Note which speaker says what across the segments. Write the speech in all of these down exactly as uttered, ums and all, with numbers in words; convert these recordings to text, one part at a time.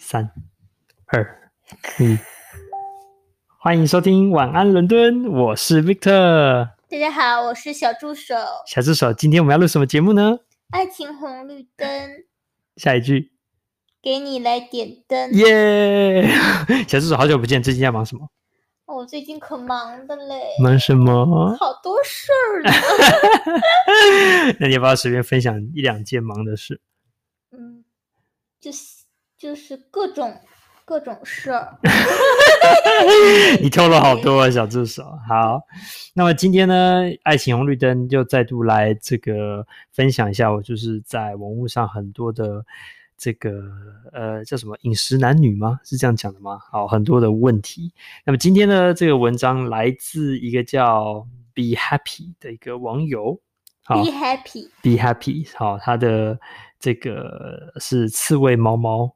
Speaker 1: 三、二、一，欢迎收听晚安伦敦，我是 Victor。
Speaker 2: 大家好，我是小助手。
Speaker 1: 小助手，今天我们要录什么节目呢？
Speaker 2: 爱情红绿灯。
Speaker 1: 下一句，
Speaker 2: 给你来点灯。
Speaker 1: 耶、yeah! 小助手好久不见，最近在忙什么？
Speaker 2: 哦，我最近可忙的嘞。
Speaker 1: 忙什么？
Speaker 2: 好多事儿呢。
Speaker 1: 那你要不要随便分享一两件忙的事？
Speaker 2: 嗯，就是就是各种各种事儿。
Speaker 1: 你透露好多啊，小助手。好，那么今天呢，爱情红绿灯就再度来这个分享一下，我就是在网络上很多的这个呃叫什么饮食男女吗？是这样讲的吗？好，很多的问题。那么今天呢，这个文章来自一个叫 Be Happy 的一个网友。
Speaker 2: Be Happy
Speaker 1: Be Happy 好，他的这个是刺猬猫猫。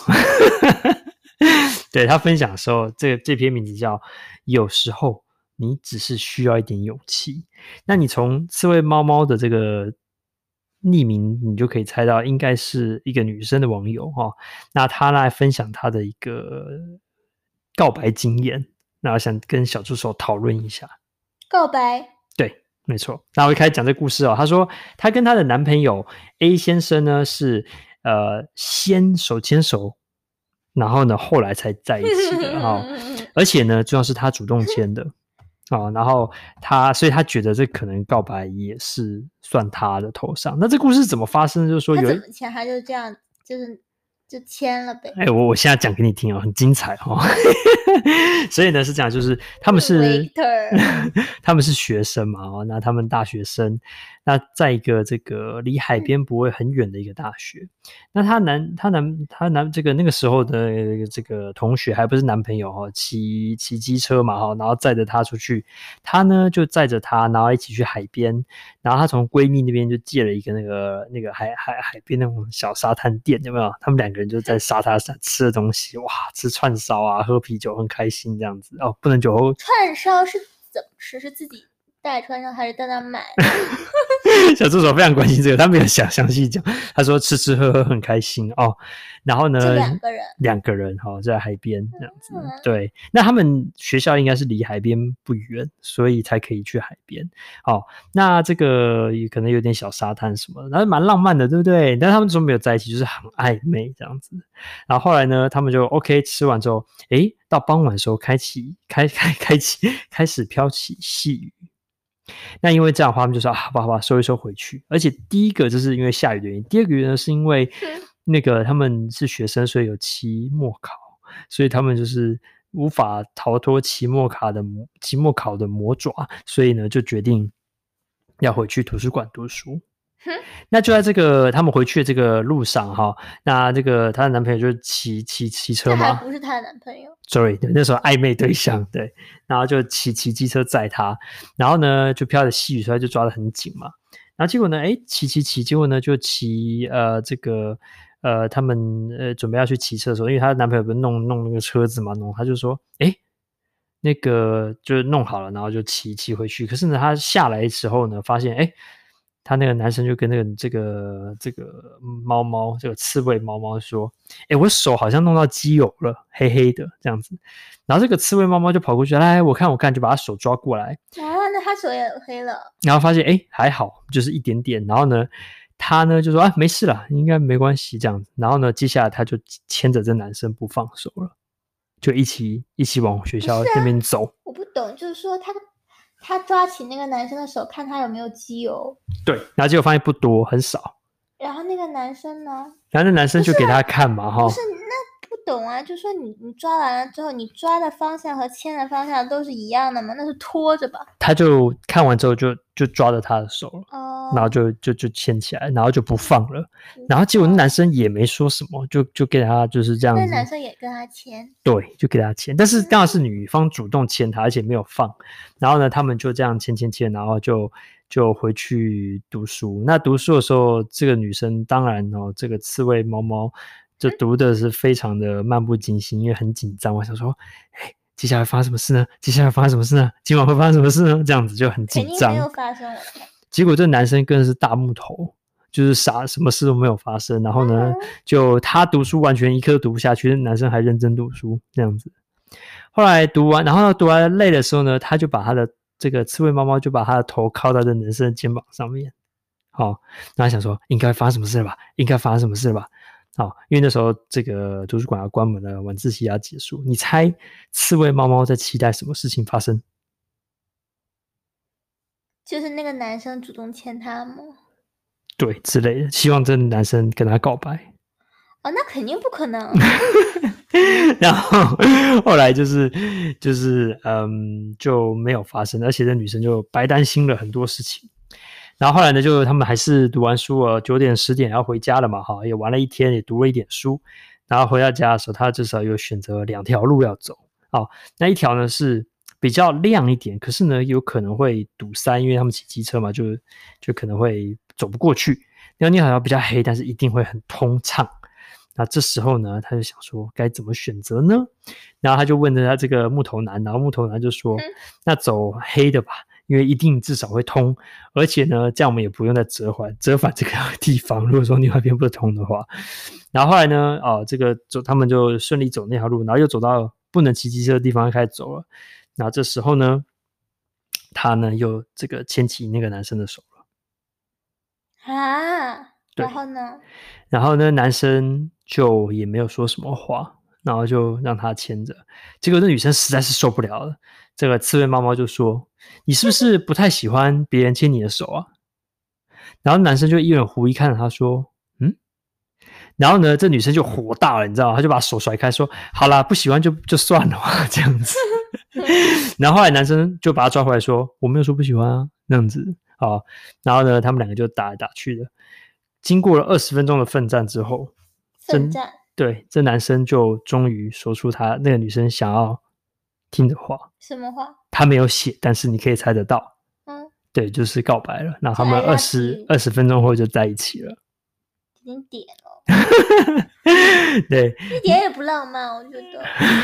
Speaker 1: 对，他分享的时候，这这篇名字叫有时候你只是需要一点勇气。那你从刺猬猫猫的这个匿名你就可以猜到应该是一个女生的网友、哦、那她来分享她的一个告白经验，那我想跟小助手讨论一下
Speaker 2: 告白。
Speaker 1: 对，没错。那我一开始讲这故事哦，她说她跟她的男朋友 A 先生呢是呃先手牵手，然后呢后来才在一起的、哦、而且呢重要是他主动牵的、哦、然后他所以他觉得这可能告白也是算他的头上。那这故事怎么发生，就是说有
Speaker 2: 他怎么牵，他就这样就是就签了呗。
Speaker 1: 哎，我我现在讲给你听哦，很精彩哦。所以呢是这样，就是他们是他们是学生嘛哦，那他们大学生，那在一个这个离海边不会很远的一个大学。那他男他男他男这个那个时候的这个同学还不是男朋友哦，骑骑机车嘛哈，然后载着他出去，他呢就载着他，然后一起去海边，然后他从闺蜜那边就借了一个那个那个海海海边那种小沙滩店，有没有？他们两个人就在沙滩上吃的东西，哇，吃串烧啊，喝啤酒，很开心这样子哦。不能酒后
Speaker 2: 串烧是怎么吃？是自己带串烧还是在那买？
Speaker 1: 小助手非常关心这个，他没有详详细讲，他说吃吃喝喝很开心哦。然后呢，
Speaker 2: 就两个人，
Speaker 1: 两个人哈、哦、在海边这样子、嗯。对，那他们学校应该是离海边不远，所以才可以去海边。哦，那这个也可能有点小沙滩什么的，然后蛮浪漫的，对不对？但他们都没有在一起，就是很暧昧这样子。然后后来呢，他们就 OK 吃完之后，诶，到傍晚的时候开启开开开启开始飘起细雨。那因为这样的话，他们就说啊，好吧好吧，收一收回去。而且第一个就是因为下雨的原因，第二个原因呢是因为那个他们是学生，所以有期末考，所以他们就是无法逃脱期末考的期末考的魔爪，所以呢就决定要回去图书馆读书。那就在这个他们回去的这个路上哈，那这个她的男朋友就骑骑骑车嘛，
Speaker 2: 还不是她的男朋友
Speaker 1: sorry 那时候暧昧对象，对，然后就骑骑机车载她，然后呢就飘着细雨，所以就抓得很紧嘛。然后结果呢，哎，骑骑骑，结果呢就骑呃这个呃他们呃准备要去骑车的时候，因为她的男朋友不是弄弄那个车子嘛，弄他就说，哎，那个就弄好了，然后就骑骑回去。可是呢，他下来的时候呢，发现哎。他那个男生就跟那个这个这个猫猫这个刺猬猫猫说，诶，我手好像弄到机油了，黑黑的这样子。然后这个刺猬猫猫就跑过去，来我看我看，就把他手抓过来。
Speaker 2: 哦，那他手也黑了。
Speaker 1: 然后发现诶还好，就是一点点。然后呢他呢就说啊没事啦，应该没关系这样子。然后呢接下来他就牵着这男生不放手了，就一起一起往学校那边走、啊、
Speaker 2: 我不懂，就是说他他抓起那个男生的手，看他有没有机油。
Speaker 1: 对，然后结果发现不多，很少。
Speaker 2: 然后那个男生呢？
Speaker 1: 然后那男生就给他看嘛，哈、
Speaker 2: 啊。不是，那不懂啊，就说你你抓完了之后，你抓的方向和牵的方向都是一样的吗？那是拖着吧？
Speaker 1: 他就看完之后就就抓着他的手了，
Speaker 2: 哦，
Speaker 1: 然后就就就牵起来，然后就不放了。然后结果那男生也没说什么，就就给他就是这样子。
Speaker 2: 那男生也跟他牵，
Speaker 1: 对，就给他牵，但是当然是女方主动牵他，而且没有放。然后呢，他们就这样牵牵牵，然后就就回去读书。那读书的时候，这个女生当然哦，这个刺猬猫猫就读的是非常的漫不经心，因为很紧张。我想说，哎。接下来发生什么事呢？接下来发生什么事呢？今晚会发生什么事呢？这样子就很紧张。
Speaker 2: 肯定没有发生。
Speaker 1: 结果这男生更是大木头， 就是傻，什么事都没有发生。然后呢，就他读书完全一刻都读不下去，男生还认真读书这样子。后来读完，然后读完累的时候呢，他就把他的这个刺猬猫猫就把他的头靠在这男生的肩膀上面。好、哦，然后想说应该发生什么事了吧？应该发生什么事了吧？好、哦，因为那时候这个图书馆要关门了，晚自习要结束。你猜刺猬猫猫在期待什么事情发生？
Speaker 2: 就是那个男生主动牵他吗？
Speaker 1: 对，之类的，希望这个男生跟他告白。
Speaker 2: 哦，那肯定不可能。
Speaker 1: 然后后来就是就是嗯就没有发生，而且这女生就白担心了很多事情。然后后来呢，就他们还是读完书了，九点十点要回家了嘛，哈，也玩了一天，也读了一点书。然后回到家的时候，他至少有选择两条路要走。好，那一条呢是比较亮一点，可是呢有可能会堵塞，因为他们骑机车嘛，就就可能会走不过去。然后那条比较黑，但是一定会很通畅。那这时候呢，他就想说该怎么选择呢？然后他就问着他这个木头男，然后木头男就说：“嗯、那走黑的吧，因为一定至少会通，而且呢，这样我们也不用再折返折返这个地方。如果说另外一边不通的话。”然后后来呢，哦，这个走他们就顺利走那条路，然后又走到不能骑机车的地方开始走了。然后这时候呢，他呢又这个牵起那个男生的手了。
Speaker 2: 啊，然后呢？
Speaker 1: 然后呢，男生就也没有说什么话，然后就让他牵着。结果这女生实在是受不了了，这个刺猬猫猫就说：“你是不是不太喜欢别人牵你的手啊？”然后男生就一脸狐疑看着他说：“嗯。”然后呢，这女生就火大了，你知道吗？她就把手甩开说：“好啦，不喜欢就就算了嘛，这样子。”然后后来男生就把他抓回来说：“我没有说不喜欢啊，那样子。”好，然后呢，他们两个就打来打去的。经过了二十分钟的奋战之后，
Speaker 2: 奋战，
Speaker 1: 对，这男生就终于说出他那个女生想要听的话。
Speaker 2: 什么话？
Speaker 1: 他没有写，但是你可以猜得到。
Speaker 2: 嗯，
Speaker 1: 对，就是告白了。那他们二十二十分钟后就在一起了。
Speaker 2: 有点点哦。
Speaker 1: 对，
Speaker 2: 一点也不浪漫，我觉得。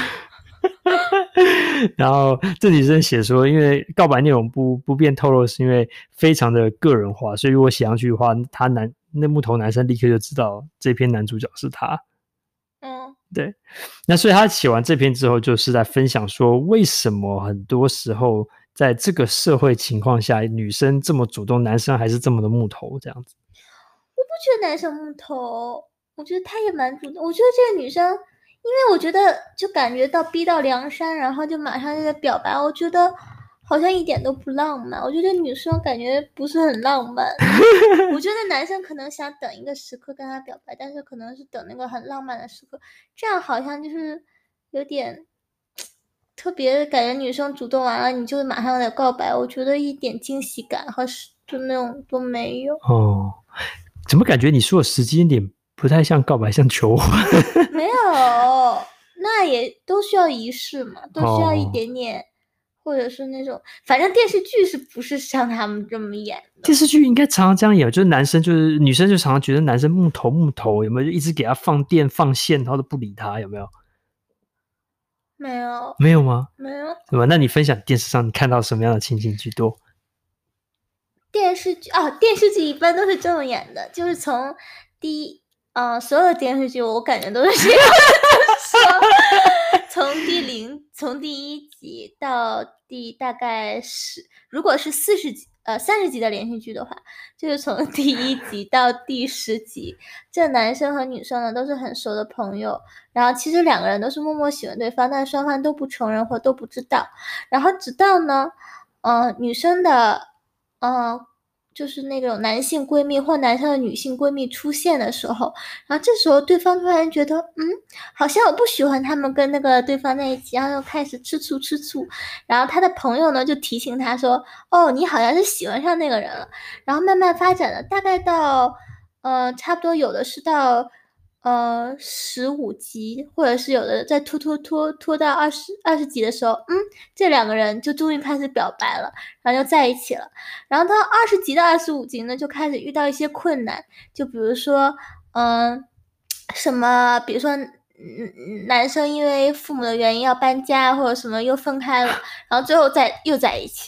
Speaker 1: 然后这女生写说，因为告白内容不不便透露，是因为非常的个人化，所以如果写上去的话，他男那木头男生立刻就知道这篇男主角是他。
Speaker 2: 嗯，
Speaker 1: 对。那所以他写完这篇之后，就是在分享说，为什么很多时候在这个社会情况下，女生这么主动，男生还是这么的木头这样子。
Speaker 2: 我不觉得男生木头，我觉得他也蛮主动。我觉得这个女生。因为我觉得就感觉到逼到梁山，然后就马上就在表白，我觉得好像一点都不浪漫。我觉得女生感觉不是很浪漫。我觉得男生可能想等一个时刻跟他表白，但是可能是等那个很浪漫的时刻，这样好像就是有点特别感觉女生主动完了你就马上得告白，我觉得一点惊喜感和就那种都没有。
Speaker 1: 哦，怎么感觉你说的时间点不太像告白，像求婚？
Speaker 2: 没有，那也都需要仪式嘛，都需要一点点，哦、或者是那种，反正电视剧是不是像他们这么演的？
Speaker 1: 电视剧应该常常这样演，就是男生就是女生就常常觉得男生木头木头，有没有？就一直给他放电放线，然后都不理他，有没有？
Speaker 2: 没有，
Speaker 1: 没有吗？
Speaker 2: 没有，
Speaker 1: 对吧？那你分享电视上你看到什么样的情形居多？
Speaker 2: 电视剧啊，电视剧一般都是这么演的，就是从第一。嗯，所有的电视剧我感觉都是这样说，从第零从第一集到第大概十，如果是四十集呃三十集的连续剧的话，就是从第一集到第十集，这男生和女生呢都是很熟的朋友，然后其实两个人都是默默喜欢对方，但双方都不承认或都不知道，然后直到呢，呃，女生的呃。就是那种男性闺蜜或男生的女性闺蜜出现的时候，然后这时候对方突然觉得，嗯，好像我不喜欢他们跟那个对方在一起，然后又开始吃醋吃醋，然后他的朋友呢就提醒他说，哦，你好像是喜欢上那个人了，然后慢慢发展了，大概到，呃，差不多有的是到。呃，十五集，或者是有的再拖拖拖拖到二十二十集的时候，嗯，这两个人就终于开始表白了，然后就在一起了。然后到二十集到二十五集呢，就开始遇到一些困难，就比如说，嗯、呃，什么，比如说，嗯，男生因为父母的原因要搬家，或者什么又分开了，然后最后再又在一起了。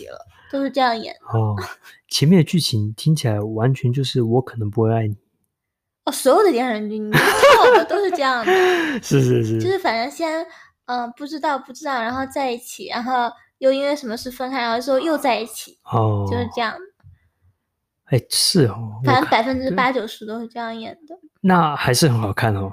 Speaker 2: 都是这样演的。
Speaker 1: 哦，前面的剧情听起来完全就是我可能不会爱你。
Speaker 2: 哦，所有的电视剧你跳的都是这样的。
Speaker 1: 是是是，
Speaker 2: 就是反正先嗯、呃、不知道不知道，然后在一起，然后又因为什么事分开，然后之后又在一起，
Speaker 1: 哦，
Speaker 2: 就是这样。
Speaker 1: 哎，是哦，
Speaker 2: 反正百分之八九十都是这样演的。
Speaker 1: 那还是很好看哦。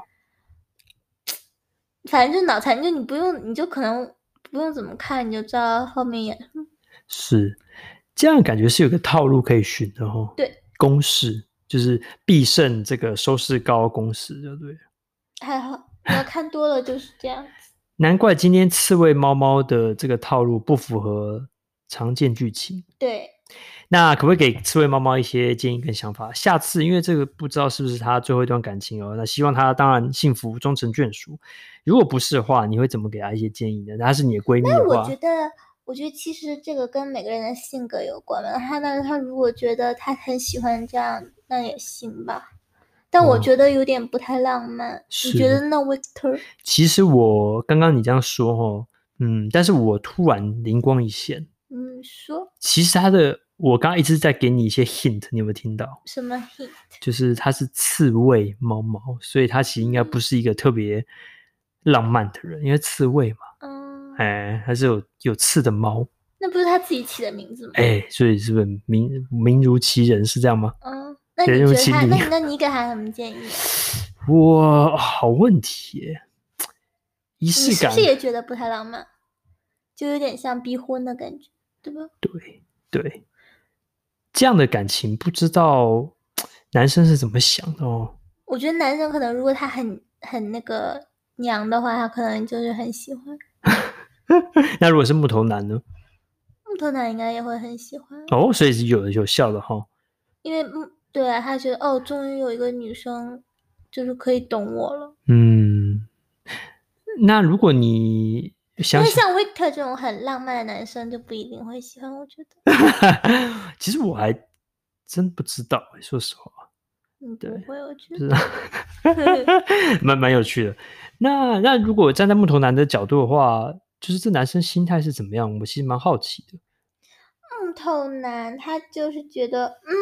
Speaker 2: 反正就脑残，就你不用，你就可能不用怎么看，你就知道后面演什么。
Speaker 1: 是这样，感觉是有个套路可以循的哦。
Speaker 2: 对，
Speaker 1: 公式就是必胜这个收视高公式，就对了。
Speaker 2: 还好，你要看多了就是这样子。
Speaker 1: 难怪今天刺猬猫猫的这个套路不符合常见剧情。
Speaker 2: 对。
Speaker 1: 那可不可以给刺猬猫猫一些建议跟想法？下次因为这个不知道是不是他最后一段感情哦，那希望他当然幸福终成眷属。如果不是的话，你会怎么给他一些建议呢？她是你的闺蜜的话，
Speaker 2: 那我觉得，我觉得其实这个跟每个人的性格有关吧。他那他如果觉得他很喜欢这样，那也行吧。但我觉得有点不太浪漫。哦、你觉得呢 ，Victor？
Speaker 1: 其实我刚刚你这样说哦，嗯，但是我突然灵光一现。
Speaker 2: 嗯，说。
Speaker 1: 其实他的。我刚刚一直在给你一些 hint， 你有没有听到？
Speaker 2: 什么 hint？
Speaker 1: 就是它是刺猬猫猫，所以它其实应该不是一个特别浪漫的人，因为刺猬嘛，嗯，哎，它是有有刺的猫。
Speaker 2: 那不是他自己起的名字吗？
Speaker 1: 哎，所以是不是名名如其人是这样吗？
Speaker 2: 嗯，那你觉得他？那那你给他什么建议？
Speaker 1: 我好问题耶，仪式感。
Speaker 2: 你是不是也觉得不太浪漫？就有点像逼婚的感觉，对吧？
Speaker 1: 对对。这样的感情不知道男生是怎么想的哦。
Speaker 2: 我觉得男生可能如果他很很那个娘的话，他可能就是很喜欢。
Speaker 1: 那如果是木头男呢？
Speaker 2: 木头男应该也会很喜欢
Speaker 1: 哦，所以是有有效的哈、哦。
Speaker 2: 因为对啊，他觉得哦，终于有一个女生就是可以懂我了。
Speaker 1: 嗯，那如果你想
Speaker 2: 因为像 Victor 这种很浪漫的男生就不一定会喜欢，我觉得。
Speaker 1: 其实我还真不知道，说实话。
Speaker 2: 嗯，不会，我觉得。
Speaker 1: 蛮蛮有趣的。那那如果站在木头男的角度的话，就是这男生心态是怎么样？我其实蛮好奇的。
Speaker 2: 木头男他就是觉得，嗯，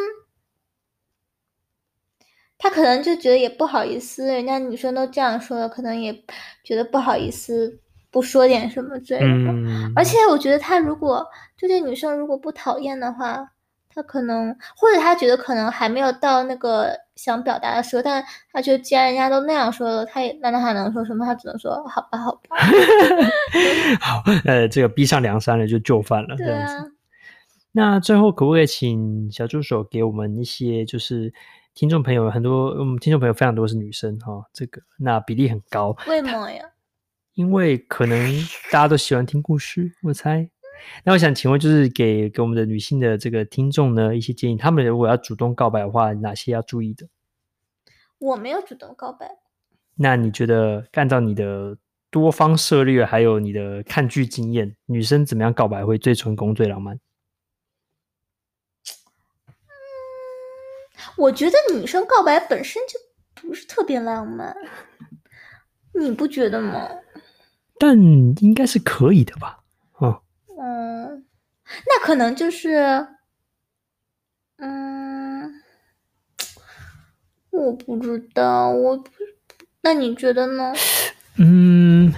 Speaker 2: 他可能就觉得也不好意思，人家女生都这样说了，可能也觉得不好意思。不说点什么之类的吧、嗯、而且我觉得他如果就这女生如果不讨厌的话，他可能或者他觉得可能还没有到那个想表达的时候，但他觉得既然人家都那样说了，他也难道还能说什么？他只能说好吧好吧
Speaker 1: 好，呃，这个逼上梁山了就就范了。
Speaker 2: 对啊。
Speaker 1: 这样子那最后可不可以请小助手给我们一些就是听众朋友很多我们听众朋友非常多是女生哈、哦，这个那比例很高。
Speaker 2: 为什么呀？
Speaker 1: 因为可能大家都喜欢听故事，我猜。那我想请问，就是给给我们的女性的这个听众呢一些建议，他们如果要主动告白的话，哪些要注意的？
Speaker 2: 我没有主动告白。
Speaker 1: 那你觉得按照你的多方涉猎，还有你的看剧经验，女生怎么样告白会最成功、最浪漫？
Speaker 2: 嗯，我觉得女生告白本身就不是特别浪漫。你不觉得吗？
Speaker 1: 但应该是可以的吧？哦，
Speaker 2: 嗯，那可能就是，嗯，我不知道，我不，那你觉得呢？
Speaker 1: 嗯，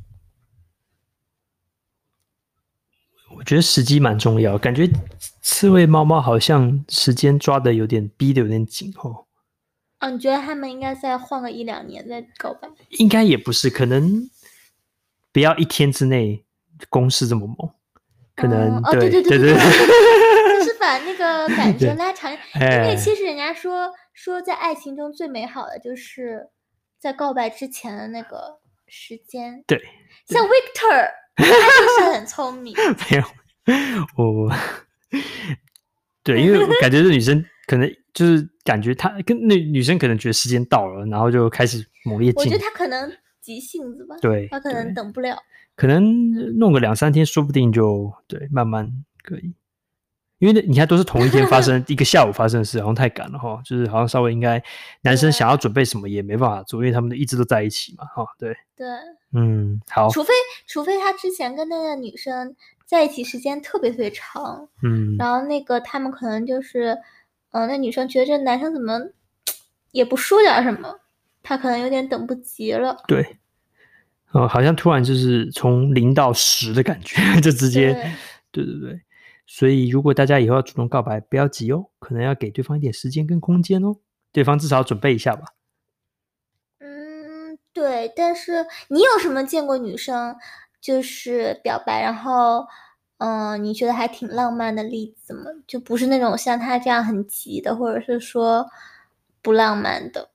Speaker 1: 我觉得时机蛮重要，感觉刺猬猫猫好像时间抓的有点逼的有点紧哦。
Speaker 2: 啊，你觉得他们应该再换个一两年再告白？
Speaker 1: 应该也不是，可能不要一天之内攻势这么猛，可能、
Speaker 2: 嗯、哦，对
Speaker 1: 对
Speaker 2: 对对
Speaker 1: 对对，
Speaker 2: 就是把那个感觉拉长，因为其实人家说说在爱情中最美好的就是在告白之前的那个时间。
Speaker 1: 对，
Speaker 2: 像 Victor 他就是很聪明。
Speaker 1: 没有我，对，因为我感觉这女生可能就是感觉她跟那女生可能觉得时间到了，然后就开始猛烈进。
Speaker 2: 我觉得她可能急性子吧，
Speaker 1: 对，
Speaker 2: 她可能等不了，
Speaker 1: 可能弄个两三天，说不定就对，慢慢可以。因为你看都是同一天发生，一个下午发生的事，好像太赶了哈，就是好像稍微应该男生想要准备什么也没办法做，因为他们一直都在一起嘛，哈，对，
Speaker 2: 对，
Speaker 1: 嗯，好，
Speaker 2: 除非除非他之前跟那个女生在一起时间特别特别长，
Speaker 1: 嗯，
Speaker 2: 然后那个他们可能就是，嗯、那女生觉得这男生怎么也不说点什么，她可能有点等不及了。
Speaker 1: 对，哦，好像突然就是从零到十的感觉，就直接，
Speaker 2: 对
Speaker 1: 对对对。所以如果大家以后要主动告白，不要急哦，可能要给对方一点时间跟空间哦，对方至少要准备一下吧。
Speaker 2: 嗯，对，但是你有什么见过女生就是表白，然后，嗯、你觉得还挺浪漫的例子吗？就不是那种像她这样很急的，或者是说不浪漫的。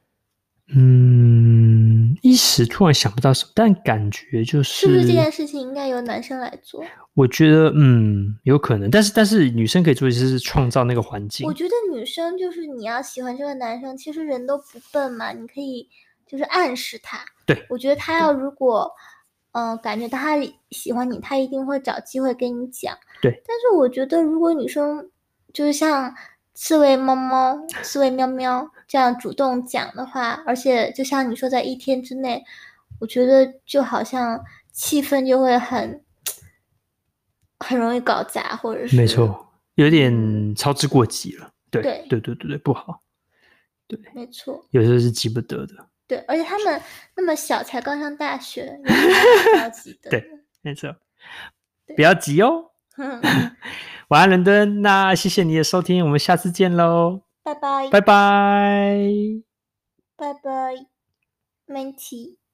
Speaker 1: 嗯，一时突然想不到什么，但感觉就是
Speaker 2: 不是这件事情应该由男生来做？
Speaker 1: 我觉得，嗯，有可能，但是但是女生可以做的就是创造那个环境。
Speaker 2: 我觉得女生就是你要喜欢这个男生，其实人都不笨嘛，你可以就是暗示他。
Speaker 1: 对，
Speaker 2: 我觉得他要如果，嗯、呃感觉到他喜欢你，他一定会找机会跟你讲。
Speaker 1: 对，
Speaker 2: 但是我觉得如果女生就是像刺猬猫猫、刺猬喵喵这样主动讲的话，而且就像你说在一天之内，我觉得就好像气氛就会很很容易搞砸，或者是
Speaker 1: 没错，有
Speaker 2: 嗯，
Speaker 1: 点操之过急了。对，
Speaker 2: 对，
Speaker 1: 对对对对，不好。对，
Speaker 2: 没错。
Speaker 1: 有时候是急不得的。
Speaker 2: 对，而且他们那么小，才刚上大学，有什么好着急的
Speaker 1: 对，
Speaker 2: 呢？
Speaker 1: 没错，不
Speaker 2: 对，
Speaker 1: 要急哦。晚安，伦敦。那谢谢你的收听，我们下次见喽，
Speaker 2: 拜拜，
Speaker 1: 拜拜。
Speaker 2: 拜拜，Menti。